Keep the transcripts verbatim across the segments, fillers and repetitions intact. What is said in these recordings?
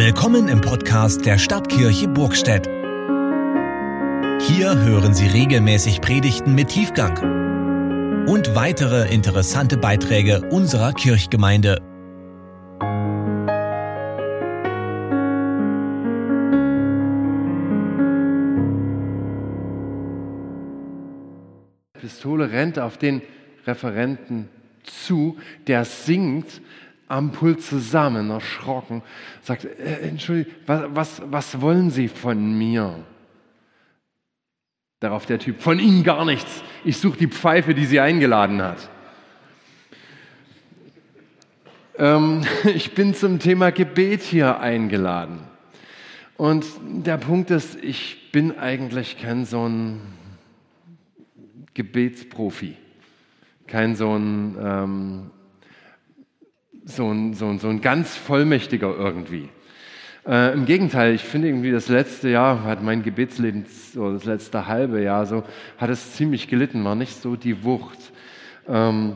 Willkommen im Podcast der Stadtkirche Burgstedt. Hier hören Sie regelmäßig Predigten mit Tiefgang und weitere interessante Beiträge unserer Kirchgemeinde. Die Pistole rennt auf den Referenten zu, der singt am Pult zusammen, erschrocken, sagt, äh, Entschuldigung, was, was, was wollen Sie von mir? Darauf der Typ, von Ihnen gar nichts, ich suche die Pfeife, die Sie eingeladen hat. Ähm, ich bin zum Thema Gebet hier eingeladen. Und der Punkt ist, ich bin eigentlich kein so ein Gebetsprofi, kein so ein... Ähm, So ein, so, ein, so ein ganz Vollmächtiger irgendwie. Äh, Im Gegenteil, ich finde irgendwie das letzte Jahr hat mein Gebetsleben, so das letzte halbe Jahr so, hat es ziemlich gelitten, war nicht so die Wucht. Ähm,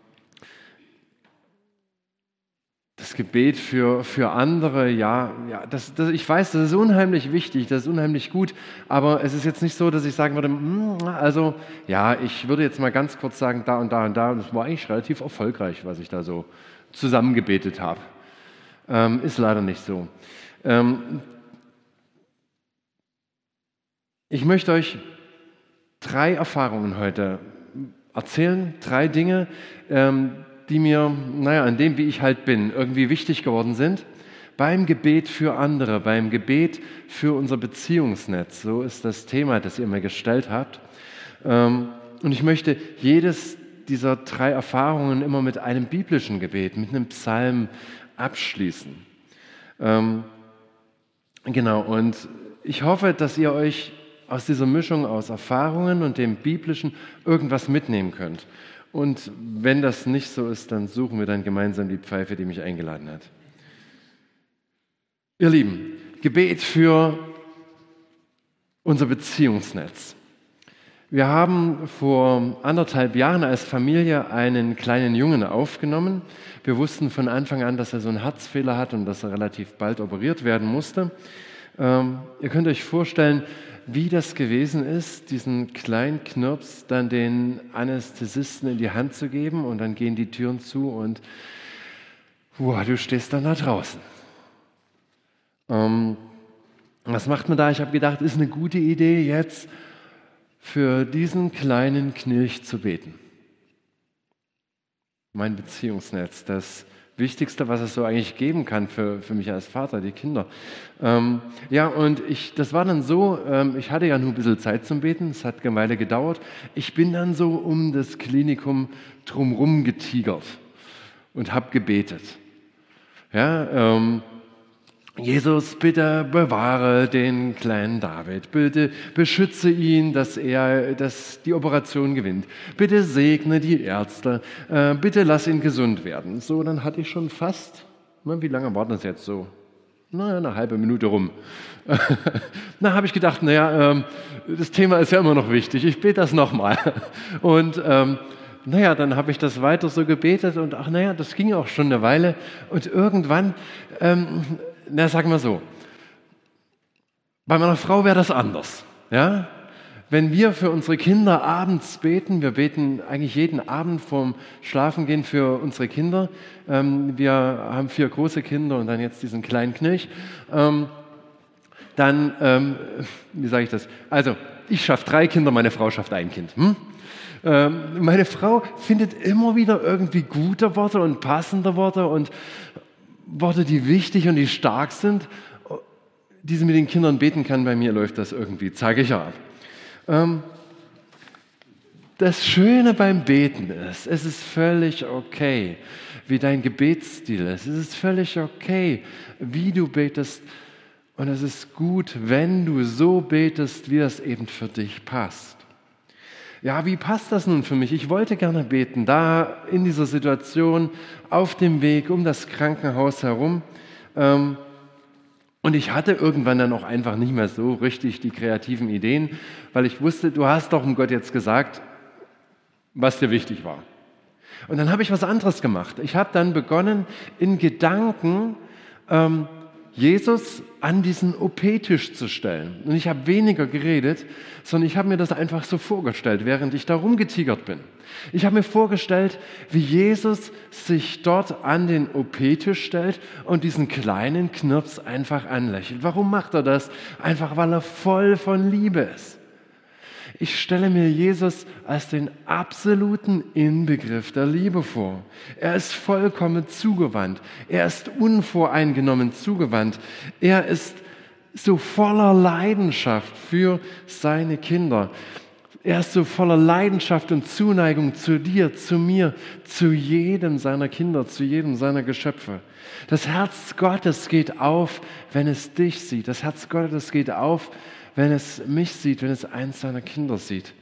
das Gebet für, für andere, ja, ja das, das, ich weiß, das ist unheimlich wichtig, das ist unheimlich gut, aber es ist jetzt nicht so, dass ich sagen würde, mm, also ja, ich würde jetzt mal ganz kurz sagen, da und da und da, und das war eigentlich relativ erfolgreich, was ich da so zusammengebetet habe. Ähm, ist leider nicht so. Ähm, ich möchte euch drei Erfahrungen heute erzählen, drei Dinge, ähm, die mir, naja, an dem, wie ich halt bin, irgendwie wichtig geworden sind. Beim Gebet für andere, beim Gebet für unser Beziehungsnetz. So ist das Thema, das ihr mir gestellt habt. Ähm, und ich möchte jedes dieser drei Erfahrungen immer mit einem biblischen Gebet, mit einem Psalm abschließen. Ähm, genau, und ich hoffe, dass ihr euch aus dieser Mischung aus Erfahrungen und dem Biblischen irgendwas mitnehmen könnt. Und wenn das nicht so ist, dann suchen wir dann gemeinsam die Pfeife, die mich eingeladen hat. Ihr Lieben, Gebet für unser Beziehungsnetz. Wir haben vor anderthalb Jahren als Familie einen kleinen Jungen aufgenommen. Wir wussten von Anfang an, dass er so einen Herzfehler hat und dass er relativ bald operiert werden musste. Ähm, ihr könnt euch vorstellen, wie das gewesen ist, diesen kleinen Knirps dann den Anästhesisten in die Hand zu geben und dann gehen die Türen zu und wow, du stehst dann da draußen. Ähm, was macht man da? Ich habe gedacht, ist eine gute Idee jetzt für diesen kleinen Knilch zu beten. Mein Beziehungsnetz, das Wichtigste, was es so eigentlich geben kann für, für mich als Vater, die Kinder. Ähm, ja, und ich, das war dann so, ähm, ich hatte ja nur ein bisschen Zeit zum Beten, es hat eine Weile gedauert. Ich bin dann so um das Klinikum drumherum getigert und habe gebetet. Ja, ähm, Jesus, bitte bewahre den kleinen David, bitte beschütze ihn, dass er dass die Operation gewinnt. Bitte segne die Ärzte, äh, bitte lass ihn gesund werden. So, dann hatte ich schon fast, na, wie lange war das jetzt so? Na, eine halbe Minute rum. Na, habe ich gedacht, naja, ähm, das Thema ist ja immer noch wichtig, ich bete das nochmal. Und ähm, naja, dann habe ich das weiter so gebetet und ach naja, das ging auch schon eine Weile. Und irgendwann, ähm, na sagen wir so, bei meiner Frau wäre das anders. Ja? Wenn wir für unsere Kinder abends beten, wir beten eigentlich jeden Abend vorm Schlafengehen für unsere Kinder. Ähm, wir haben vier große Kinder und dann jetzt diesen kleinen Knilch. Ähm, dann, ähm, wie sage ich das? Also, ich schaffe drei Kinder, meine Frau schafft ein Kind. Hm? Ähm, meine Frau findet immer wieder irgendwie gute Worte und passende Worte und Worte, die wichtig und die stark sind, die sie mit den Kindern beten kann. Bei mir läuft das irgendwie, zeige ich ja ab. Ähm, das Schöne beim Beten ist, es ist völlig okay, wie dein Gebetsstil ist. Es ist völlig okay, wie du betest. Und es ist gut, wenn du so betest, wie es eben für dich passt. Ja, wie passt das nun für mich? Ich wollte gerne beten, da in dieser Situation, auf dem Weg um das Krankenhaus herum. Ähm, und ich hatte irgendwann dann auch einfach nicht mehr so richtig die kreativen Ideen, weil ich wusste, du hast doch um Gott jetzt gesagt, was dir wichtig war. Und dann habe ich was anderes gemacht. Ich habe dann begonnen, in Gedanken ähm, Jesus an diesen O P-Tisch zu stellen. Und ich habe weniger geredet, sondern ich habe mir das einfach so vorgestellt, während ich da rumgetigert bin. Ich habe mir vorgestellt, wie Jesus sich dort an den O P-Tisch stellt und diesen kleinen Knirps einfach anlächelt. Warum macht er das? Einfach, weil er voll von Liebe ist. Ich stelle mir Jesus als den absoluten Inbegriff der Liebe vor. Er ist vollkommen zugewandt. Er ist unvoreingenommen zugewandt. Er ist so voller Leidenschaft für seine Kinder. Er ist so voller Leidenschaft und Zuneigung zu dir, zu mir, zu jedem seiner Kinder, zu jedem seiner Geschöpfe. Das Herz Gottes geht auf, wenn es dich sieht. Das Herz Gottes geht auf, wenn es mich sieht, wenn es eins seiner Kinder sieht.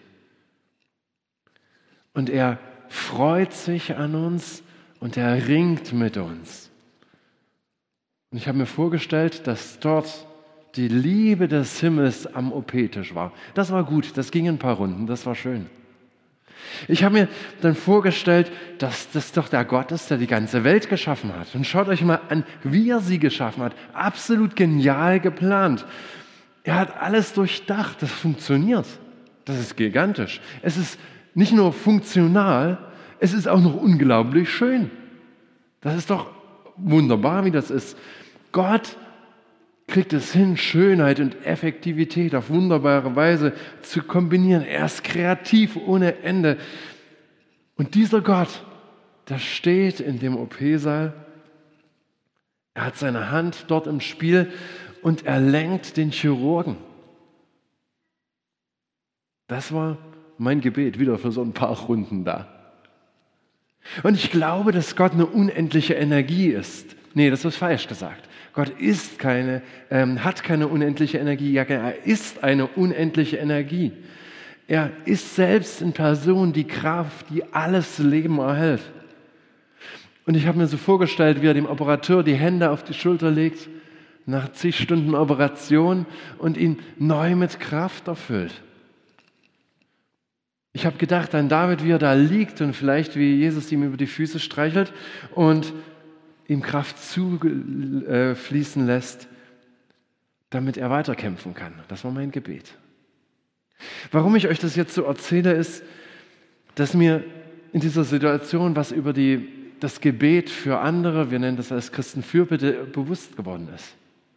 Und er freut sich an uns und er ringt mit uns. Und ich habe mir vorgestellt, dass dort die Liebe des Himmels am O P-Tisch war. Das war gut, das ging ein paar Runden, das war schön. Ich habe mir dann vorgestellt, dass das doch der Gott ist, der die ganze Welt geschaffen hat. Und schaut euch mal an, wie er sie geschaffen hat. Absolut genial geplant. Er hat alles durchdacht, das funktioniert. Das ist gigantisch. Es ist nicht nur funktional, es ist auch noch unglaublich schön. Das ist doch wunderbar, wie das ist. Gott kriegt es hin, Schönheit und Effektivität auf wunderbare Weise zu kombinieren. Er ist kreativ ohne Ende. Und dieser Gott, der steht in dem O P-Saal, er hat seine Hand dort im Spiel und er lenkt den Chirurgen. Das war mein Gebet, wieder für so ein paar Runden da. Und ich glaube, dass Gott eine unendliche Energie ist. Nee, das ist falsch gesagt. Gott ist keine, ähm, hat keine unendliche Energie. Ja, er ist eine unendliche Energie. Er ist selbst in Person die Kraft, die alles Leben erhält. Und ich habe mir so vorgestellt, wie er dem Operateur die Hände auf die Schulter legt, nach zig Stunden Operation und ihn neu mit Kraft erfüllt. Ich habe gedacht an David, wie er da liegt und vielleicht wie Jesus ihm über die Füße streichelt und ihm Kraft zufließen lässt, damit er weiterkämpfen kann. Das war mein Gebet. Warum ich euch das jetzt so erzähle, ist, dass mir in dieser Situation was über die, das Gebet für andere, wir nennen das als Christen Fürbitte, bewusst geworden ist.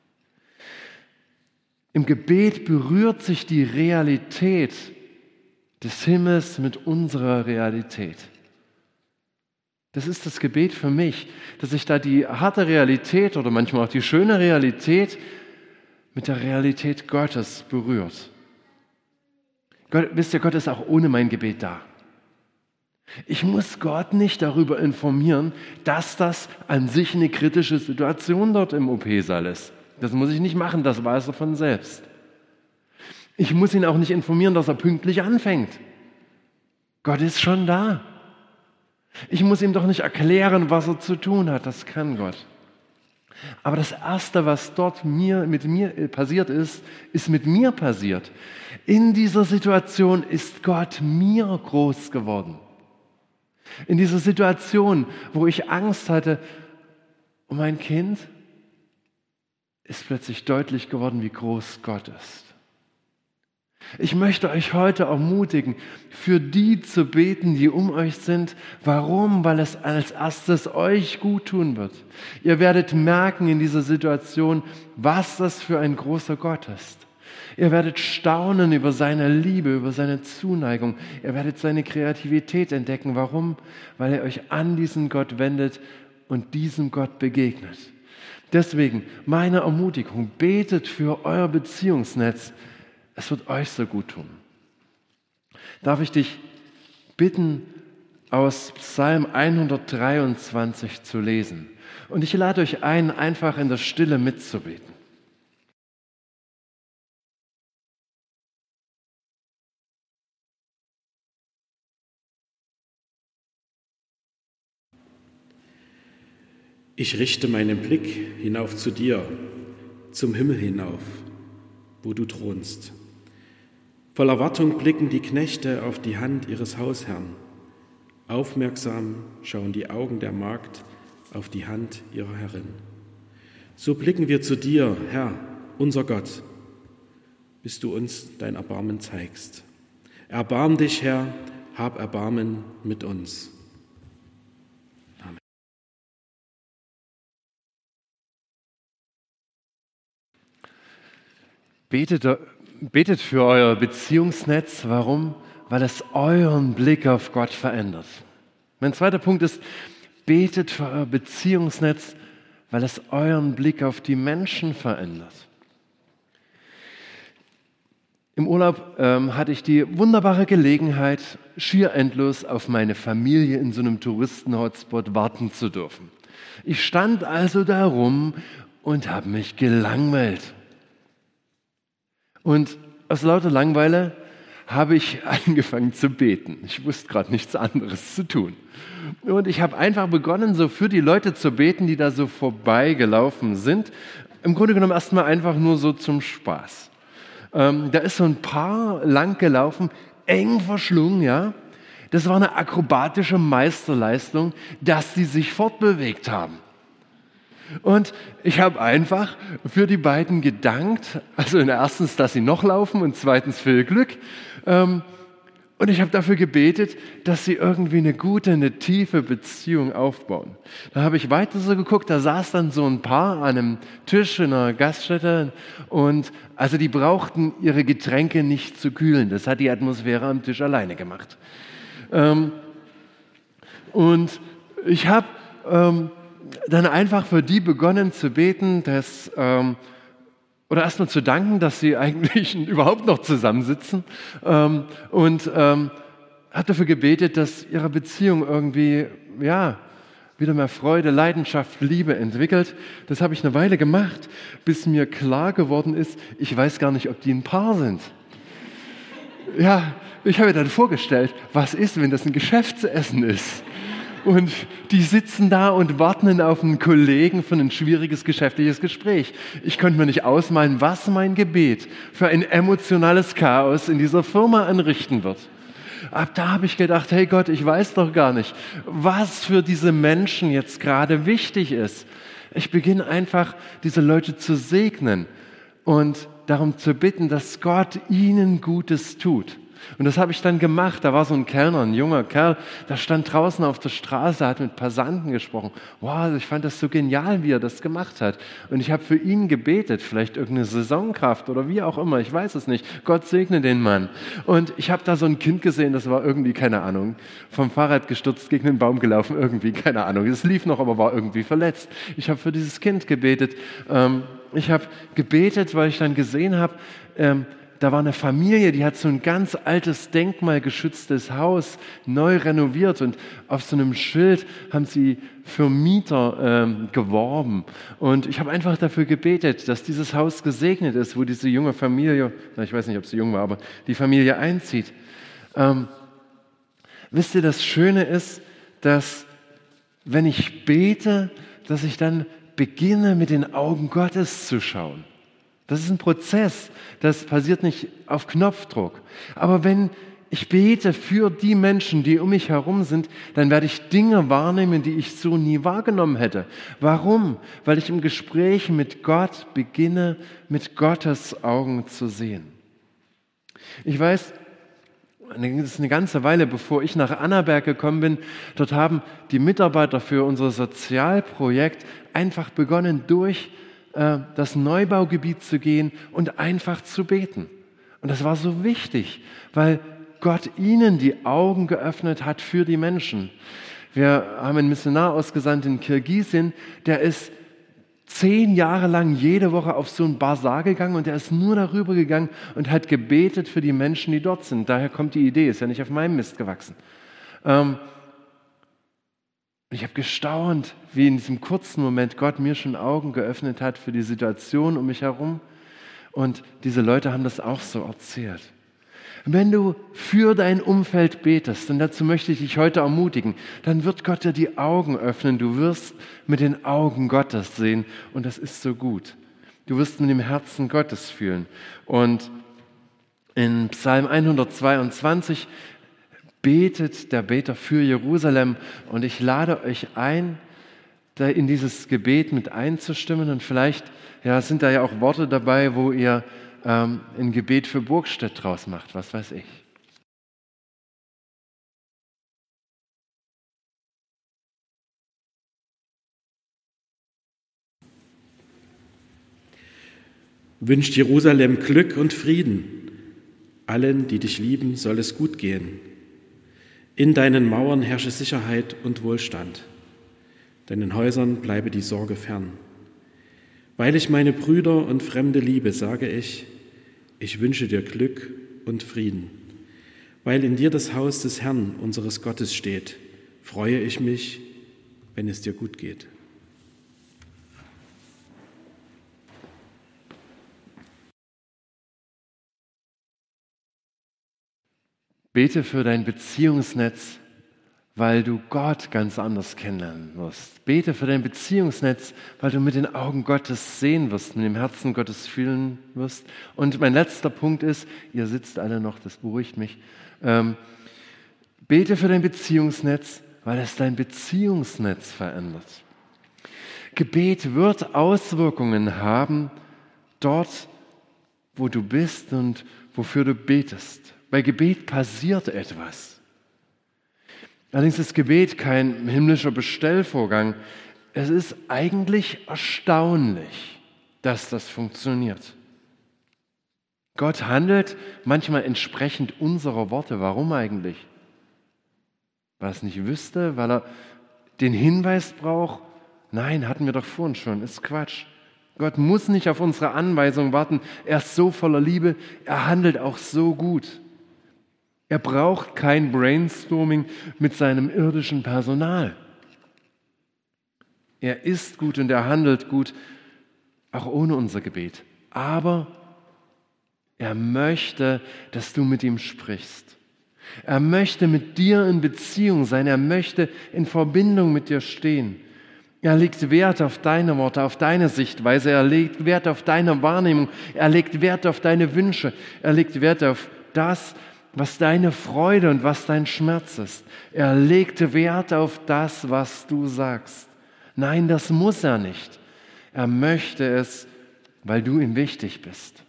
Im Gebet berührt sich die Realität des Himmels mit unserer Realität. Das ist das Gebet für mich, dass sich da die harte Realität oder manchmal auch die schöne Realität mit der Realität Gottes berührt. Gott, wisst ihr, Gott ist auch ohne mein Gebet da. Ich muss Gott nicht darüber informieren, dass das an sich eine kritische Situation dort im O P-Saal ist. Das muss ich nicht machen, das weiß er von selbst. Ich muss ihn auch nicht informieren, dass er pünktlich anfängt. Gott ist schon da. Ich muss ihm doch nicht erklären, was er zu tun hat, das kann Gott. Aber das Erste, was dort mir, mit mir passiert ist, ist mit mir passiert. In dieser Situation ist Gott mir groß geworden. In dieser Situation, wo ich Angst hatte um mein Kind, ist plötzlich deutlich geworden, wie groß Gott ist. Ich möchte euch heute ermutigen, für die zu beten, die um euch sind. Warum? Weil es als erstes euch gut tun wird. Ihr werdet merken in dieser Situation, was das für ein großer Gott ist. Ihr werdet staunen über seine Liebe, über seine Zuneigung. Ihr werdet seine Kreativität entdecken. Warum? Weil er euch an diesen Gott wendet und diesem Gott begegnet. Deswegen meine Ermutigung, betet für euer Beziehungsnetz. Es wird euch so gut tun. Darf ich dich bitten, aus Psalm hundertdreiundzwanzig zu lesen? Und ich lade euch ein, einfach in der Stille mitzubeten. Ich richte meinen Blick hinauf zu dir, zum Himmel hinauf, wo du thronst. Voll Erwartung blicken die Knechte auf die Hand ihres Hausherrn. Aufmerksam schauen die Augen der Magd auf die Hand ihrer Herrin. So blicken wir zu dir, Herr, unser Gott, bis du uns dein Erbarmen zeigst. Erbarm dich, Herr, hab Erbarmen mit uns. Amen. Betet, betet für euer Beziehungsnetz. Warum? Weil es euren Blick auf Gott verändert. Mein zweiter Punkt ist, betet für euer Beziehungsnetz, weil es euren Blick auf die Menschen verändert. Im Urlaub ähm, hatte ich die wunderbare Gelegenheit, schier endlos auf meine Familie in so einem Touristen-Hotspot warten zu dürfen. Ich stand also da rum und habe mich gelangweilt. Und aus lauter Langeweile habe ich angefangen zu beten. Ich wusste gerade nichts anderes zu tun. Und ich habe einfach begonnen, so für die Leute zu beten, die da so vorbeigelaufen sind. Im Grunde genommen erstmal einfach nur so zum Spaß. Ähm, da ist so ein Paar lang gelaufen, eng verschlungen, ja. Das war eine akrobatische Meisterleistung, dass sie sich fortbewegt haben. Und ich habe einfach für die beiden gedankt, also erstens, dass sie noch laufen und zweitens für ihr Glück. Ähm, und ich habe dafür gebetet, dass sie irgendwie eine gute, eine tiefe Beziehung aufbauen. Da habe ich weiter so geguckt, da saß dann so ein Paar an einem Tisch in einer Gaststätte und also die brauchten ihre Getränke nicht zu kühlen. Das hat die Atmosphäre am Tisch alleine gemacht. Ähm, und ich habe ähm, dann einfach für die begonnen zu beten, dass, ähm, oder erstmal zu danken, dass sie eigentlich überhaupt noch zusammensitzen ähm, und ähm, hat dafür gebetet, dass ihre Beziehung irgendwie, ja, wieder mehr Freude, Leidenschaft, Liebe entwickelt. Das habe ich eine Weile gemacht, bis mir klar geworden ist, ich weiß gar nicht, ob die ein Paar sind. Ja, ich habe mir dann vorgestellt, was ist, wenn das ein Geschäftsessen ist? Und die sitzen da und warten auf einen Kollegen für ein schwieriges geschäftliches Gespräch. Ich konnte mir nicht ausmalen, was mein Gebet für ein emotionales Chaos in dieser Firma anrichten wird. Ab da habe ich gedacht, hey Gott, ich weiß doch gar nicht, was für diese Menschen jetzt gerade wichtig ist. Ich beginne einfach, diese Leute zu segnen und darum zu bitten, dass Gott ihnen Gutes tut. Und das habe ich dann gemacht. Da war so ein Kellner, ein junger Kerl, der stand draußen auf der Straße, hat mit Passanten gesprochen. Wow, ich fand das so genial, wie er das gemacht hat. Und ich habe für ihn gebetet, vielleicht irgendeine Saisonkraft oder wie auch immer, ich weiß es nicht. Gott segne den Mann. Und ich habe da so ein Kind gesehen, das war irgendwie, keine Ahnung, vom Fahrrad gestürzt, gegen den Baum gelaufen, irgendwie, keine Ahnung. Es lief noch, aber war irgendwie verletzt. Ich habe für dieses Kind gebetet. Ähm, ich habe gebetet, weil ich dann gesehen habe, ähm, da war eine Familie, die hat so ein ganz altes, denkmalgeschütztes Haus neu renoviert und auf so einem Schild haben sie für Mieter ähm, geworben. Und ich habe einfach dafür gebetet, dass dieses Haus gesegnet ist, wo diese junge Familie, na, ich weiß nicht, ob sie jung war, aber die Familie einzieht. Ähm, wisst ihr, das Schöne ist, dass wenn ich bete, dass ich dann beginne, mit den Augen Gottes zu schauen. Das ist ein Prozess, das passiert nicht auf Knopfdruck. Aber wenn ich bete für die Menschen, die um mich herum sind, dann werde ich Dinge wahrnehmen, die ich so nie wahrgenommen hätte. Warum? Weil ich im Gespräch mit Gott beginne, mit Gottes Augen zu sehen. Ich weiß, das ist eine ganze Weile, bevor ich nach Annaberg gekommen bin, dort haben die Mitarbeiter für unser Sozialprojekt einfach begonnen, durch das Neubaugebiet zu gehen und einfach zu beten. Und das war so wichtig, weil Gott ihnen die Augen geöffnet hat für die Menschen. Wir haben einen Missionar ausgesandt in Kirgisien, der ist zehn Jahre lang jede Woche auf so ein Basar gegangen und er ist nur darüber gegangen und hat gebetet für die Menschen, die dort sind. Daher kommt die Idee, ist ja nicht auf meinem Mist gewachsen. Ähm, Ich habe gestaunt, wie in diesem kurzen Moment Gott mir schon Augen geöffnet hat für die Situation um mich herum. Und diese Leute haben das auch so erzählt. Wenn du für dein Umfeld betest, und dazu möchte ich dich heute ermutigen, dann wird Gott dir die Augen öffnen. Du wirst mit den Augen Gottes sehen und das ist so gut. Du wirst mit dem Herzen Gottes fühlen. Und in Psalm hundertzweiundzwanzig betet der Beter für Jerusalem und ich lade euch ein, da in dieses Gebet mit einzustimmen. Und vielleicht ja, sind da ja auch Worte dabei, wo ihr ähm, ein Gebet für Burgstedt draus macht, was weiß ich. Wünscht Jerusalem Glück und Frieden. Allen, die dich lieben, soll es gut gehen. In deinen Mauern herrsche Sicherheit und Wohlstand. Deinen Häusern bleibe die Sorge fern. Weil ich meine Brüder und Fremde liebe, sage ich, ich wünsche dir Glück und Frieden. Weil in dir das Haus des Herrn, unseres Gottes, steht, freue ich mich, wenn es dir gut geht. Bete für dein Beziehungsnetz, weil du Gott ganz anders kennenlernen wirst. Bete für dein Beziehungsnetz, weil du mit den Augen Gottes sehen wirst, mit dem Herzen Gottes fühlen wirst. Und mein letzter Punkt ist, ihr sitzt alle noch, das beruhigt mich. Ähm, bete für dein Beziehungsnetz, weil es dein Beziehungsnetz verändert. Gebet wird Auswirkungen haben dort, wo du bist und wofür du betest. Bei Gebet passiert etwas. Allerdings ist Gebet kein himmlischer Bestellvorgang. Es ist eigentlich erstaunlich, dass das funktioniert. Gott handelt manchmal entsprechend unserer Worte. Warum eigentlich? Weil er es nicht wüsste, weil er den Hinweis braucht? Nein, hatten wir doch vorhin schon, ist Quatsch. Gott muss nicht auf unsere Anweisung warten. Er ist so voller Liebe, er handelt auch so gut. Er braucht kein Brainstorming mit seinem irdischen Personal. Er ist gut und er handelt gut, auch ohne unser Gebet. Aber er möchte, dass du mit ihm sprichst. Er möchte mit dir in Beziehung sein. Er möchte in Verbindung mit dir stehen. Er legt Wert auf deine Worte, auf deine Sichtweise. Er legt Wert auf deine Wahrnehmung. Er legt Wert auf deine Wünsche. Er legt Wert auf das, was deine Freude und was dein Schmerz ist. Er legt Wert auf das, was du sagst. Nein, das muss er nicht. Er möchte es, weil du ihm wichtig bist.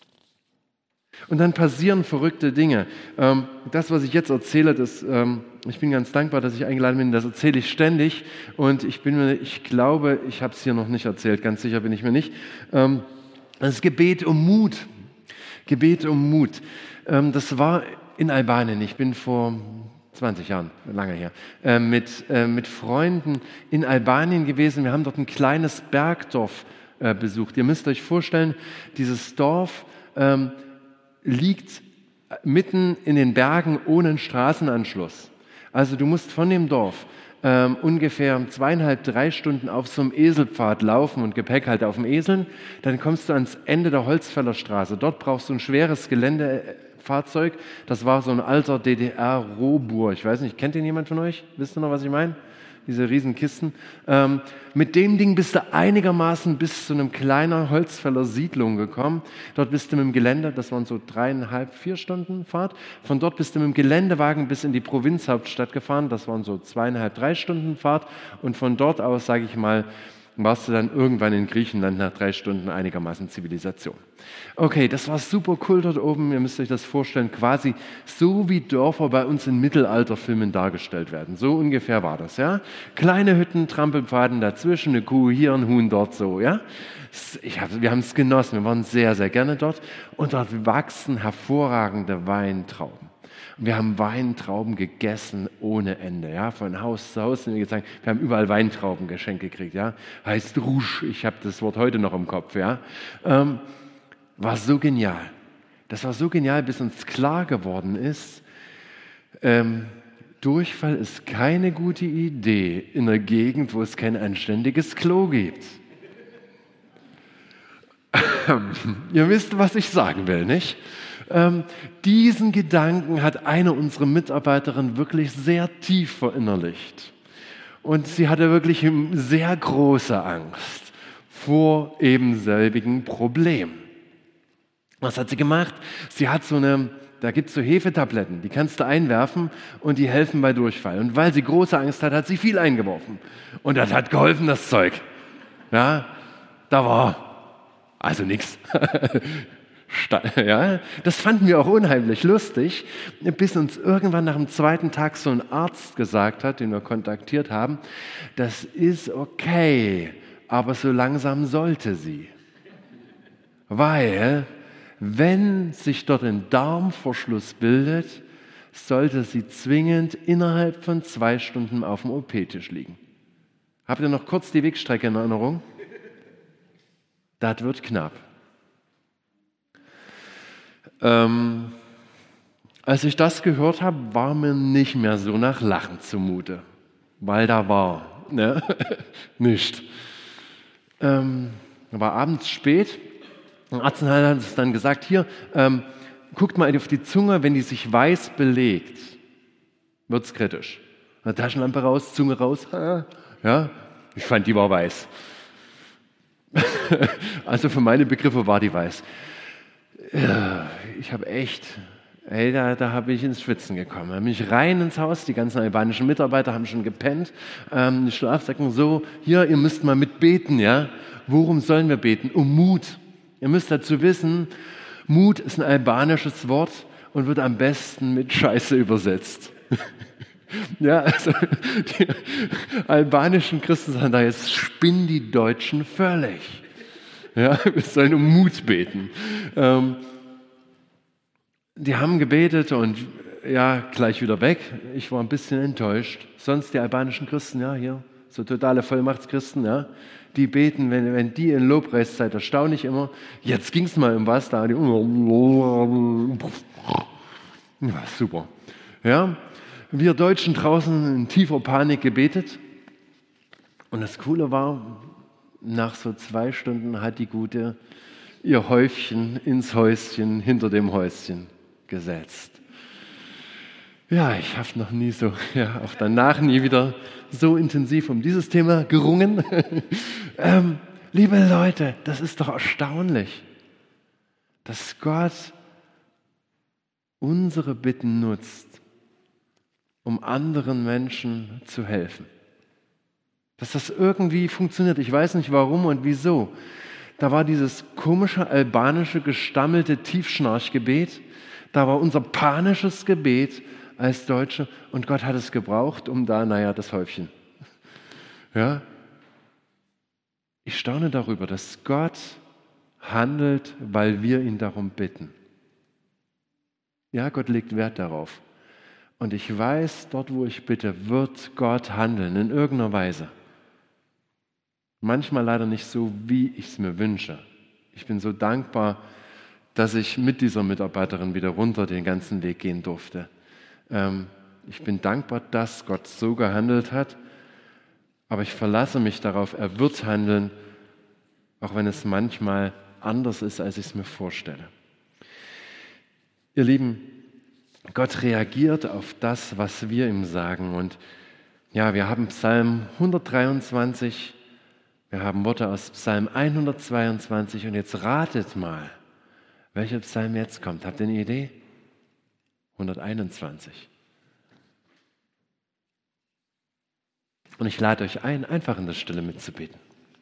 Und dann passieren verrückte Dinge. Ähm, das, was ich jetzt erzähle, das, ähm, ich bin ganz dankbar, dass ich eingeladen bin, das erzähle ich ständig. Und ich bin mir, ich glaube, ich habe es hier noch nicht erzählt, ganz sicher bin ich mir nicht. Ähm, das Gebet um Mut. Gebet um Mut. Ähm, das war in Albanien. Ich bin vor zwanzig Jahren, lange her, äh, mit, äh, mit Freunden in Albanien gewesen. Wir haben dort ein kleines Bergdorf äh, besucht. Ihr müsst euch vorstellen, dieses Dorf ähm, liegt mitten in den Bergen ohne einen Straßenanschluss. Also du musst von dem Dorf ähm, ungefähr zweieinhalb, drei Stunden auf so einem Eselpfad laufen und Gepäck halt auf dem Eseln. Dann kommst du ans Ende der Holzfällerstraße. Dort brauchst du ein schweres Geländefahrzeug. Das war so ein alter D D R-Robur. Ich weiß nicht, kennt den jemand von euch? Wisst ihr noch, was ich meine? Diese riesen Kisten. Ähm, mit dem Ding bist du einigermaßen bis zu einem kleinen Holzfäller Siedlung gekommen. Dort bist du mit dem Gelände, das waren so dreieinhalb, vier Stunden Fahrt. Von dort bist du mit dem Geländewagen bis in die Provinzhauptstadt gefahren. Das waren so zweieinhalb, drei Stunden Fahrt. Und von dort aus, sage ich mal, warst du dann irgendwann in Griechenland nach drei Stunden einigermaßen Zivilisation. Okay, das war super cool dort oben. Ihr müsst euch das vorstellen, quasi so wie Dörfer bei uns in Mittelalterfilmen dargestellt werden. So ungefähr war das, ja. Kleine Hütten, Trampelpfaden dazwischen, eine Kuh hier, ein Huhn dort, so, ja. Ich hab, wir haben es genossen, wir waren sehr, sehr gerne dort. Und dort wachsen hervorragende Weintrauben. Wir haben Weintrauben gegessen ohne Ende, ja, von Haus zu Haus. Wir gesagt, wir haben überall Weintrauben geschenkt gekriegt, ja. Heißt Rouge, ich habe das Wort heute noch im Kopf, ja. Ähm, war so genial. Das war so genial, bis uns klar geworden ist, ähm, Durchfall ist keine gute Idee in einer Gegend, wo es kein anständiges Klo gibt. Ihr wisst, was ich sagen will, nicht? Ähm, diesen Gedanken hat eine unserer Mitarbeiterinnen wirklich sehr tief verinnerlicht. Und sie hatte wirklich sehr große Angst vor eben selbigen Problemen. Was hat sie gemacht? Sie hat so eine, Da gibt es so Hefetabletten, die kannst du einwerfen und die helfen bei Durchfall. Und weil sie große Angst hat, hat sie viel eingeworfen. Und das hat geholfen, das Zeug. Ja, da war also nichts. Ja, das fanden wir auch unheimlich lustig, bis uns irgendwann nach dem zweiten Tag so ein Arzt gesagt hat, den wir kontaktiert haben, das ist okay, aber so langsam sollte sie. Weil, wenn sich dort ein Darmverschluss bildet, sollte sie zwingend innerhalb von zwei Stunden auf dem O P-Tisch liegen. Habt ihr noch kurz die Wegstrecke in Erinnerung? Das wird knapp. Ähm, als ich das gehört habe, war mir nicht mehr so nach Lachen zumute, weil da war ne? nicht. Ähm, war abends spät, ein Arzt hat uns dann gesagt, hier, ähm, guckt mal auf die Zunge, wenn die sich weiß belegt, wird es kritisch. Eine Taschenlampe raus, Zunge raus, ja, ich fand, die war weiß. Also für meine Begriffe war die weiß. Ich habe echt, ey, da, da habe ich ins Schwitzen gekommen. Da bin ich rein ins Haus, die ganzen albanischen Mitarbeiter haben schon gepennt, ähm, die Schlafsäcken so, hier, ihr müsst mal mitbeten, ja. Worum sollen wir beten? Um Mut. Ihr müsst dazu wissen, Mut ist ein albanisches Wort und wird am besten mit Scheiße übersetzt. Ja, also die albanischen Christen sagen da, jetzt spinnen die Deutschen völlig. Ja, wir sollen um Mut beten. Ähm, die haben gebetet und ja, gleich wieder weg. Ich war ein bisschen enttäuscht. Sonst die albanischen Christen, ja, hier, so totale Vollmachtschristen, ja, die beten, wenn, wenn die in Lobpreiszeit, erstaunlich immer. Jetzt ging es mal um was, da die, ja, super. Ja, wir Deutschen draußen in tiefer Panik gebetet. Und das Coole war, nach so zwei Stunden hat die Gute ihr Häufchen ins Häuschen hinter dem Häuschen gesetzt. Ja, ich habe noch nie so, ja, auch danach nie wieder so intensiv um dieses Thema gerungen. ähm, liebe Leute, das ist doch erstaunlich, dass Gott unsere Bitten nutzt, um anderen Menschen zu helfen. Dass das irgendwie funktioniert. Ich weiß nicht warum und wieso. Da war dieses komische, albanische, gestammelte Tiefschnarchgebet. Da war unser panisches Gebet als Deutsche und Gott hat es gebraucht, um da, naja, das Häufchen. Ja? Ich staune darüber, dass Gott handelt, weil wir ihn darum bitten. Ja, Gott legt Wert darauf. Und ich weiß, dort, wo ich bitte, wird Gott handeln, in irgendeiner Weise. Manchmal leider nicht so, wie ich es mir wünsche. Ich bin so dankbar, dass ich mit dieser Mitarbeiterin wieder runter den ganzen Weg gehen durfte. Ähm, ich bin dankbar, dass Gott so gehandelt hat, aber ich verlasse mich darauf, er wird handeln, auch wenn es manchmal anders ist, als ich es mir vorstelle. Ihr Lieben, Gott reagiert auf das, was wir ihm sagen. Und ja, wir haben Psalm hundertdreiundzwanzig, wir haben Worte aus Psalm hundertzweiundzwanzig und jetzt ratet mal, welcher Psalm jetzt kommt. Habt ihr eine Idee? hunderteinundzwanzig. Und ich lade euch ein, einfach in der Stille mitzubeten.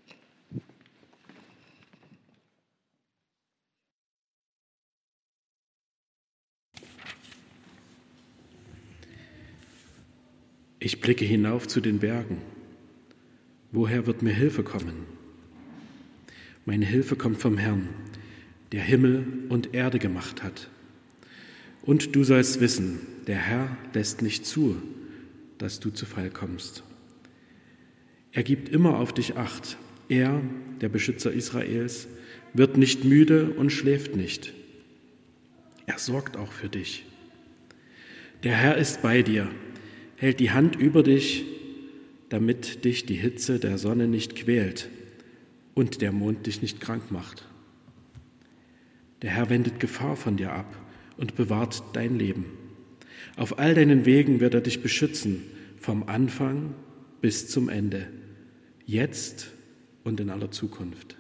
Ich blicke hinauf zu den Bergen. Woher wird mir Hilfe kommen? Meine Hilfe kommt vom Herrn, der Himmel und Erde gemacht hat. Und du sollst wissen, der Herr lässt nicht zu, dass du zu Fall kommst. Er gibt immer auf dich Acht. Er, der Beschützer Israels, wird nicht müde und schläft nicht. Er sorgt auch für dich. Der Herr ist bei dir, hält die Hand über dich, damit dich die Hitze der Sonne nicht quält und der Mond dich nicht krank macht. Der Herr wendet Gefahr von dir ab und bewahrt dein Leben. Auf all deinen Wegen wird er dich beschützen, vom Anfang bis zum Ende, jetzt und in aller Zukunft.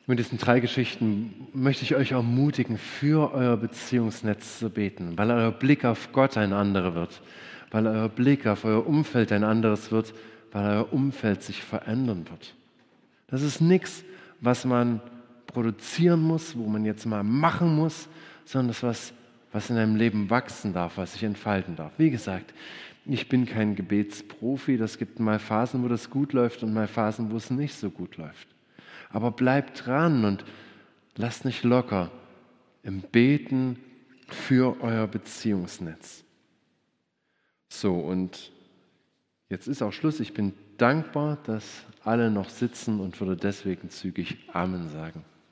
Mit diesen drei Geschichten möchte ich euch ermutigen, für euer Beziehungsnetz zu beten, weil euer Blick auf Gott ein anderer wird, weil euer Blick auf euer Umfeld ein anderes wird, weil euer Umfeld sich verändern wird. Das ist nichts, was man produzieren muss, wo man jetzt mal machen muss, sondern das ist was, was in deinem Leben wachsen darf, was sich entfalten darf. Wie gesagt, ich bin kein Gebetsprofi, das gibt mal Phasen, wo das gut läuft und mal Phasen, wo es nicht so gut läuft. Aber bleibt dran und lasst nicht locker im Beten für euer Beziehungsnetz. So, und jetzt ist auch Schluss. Ich bin dankbar, dass alle noch sitzen und würde deswegen zügig Amen sagen.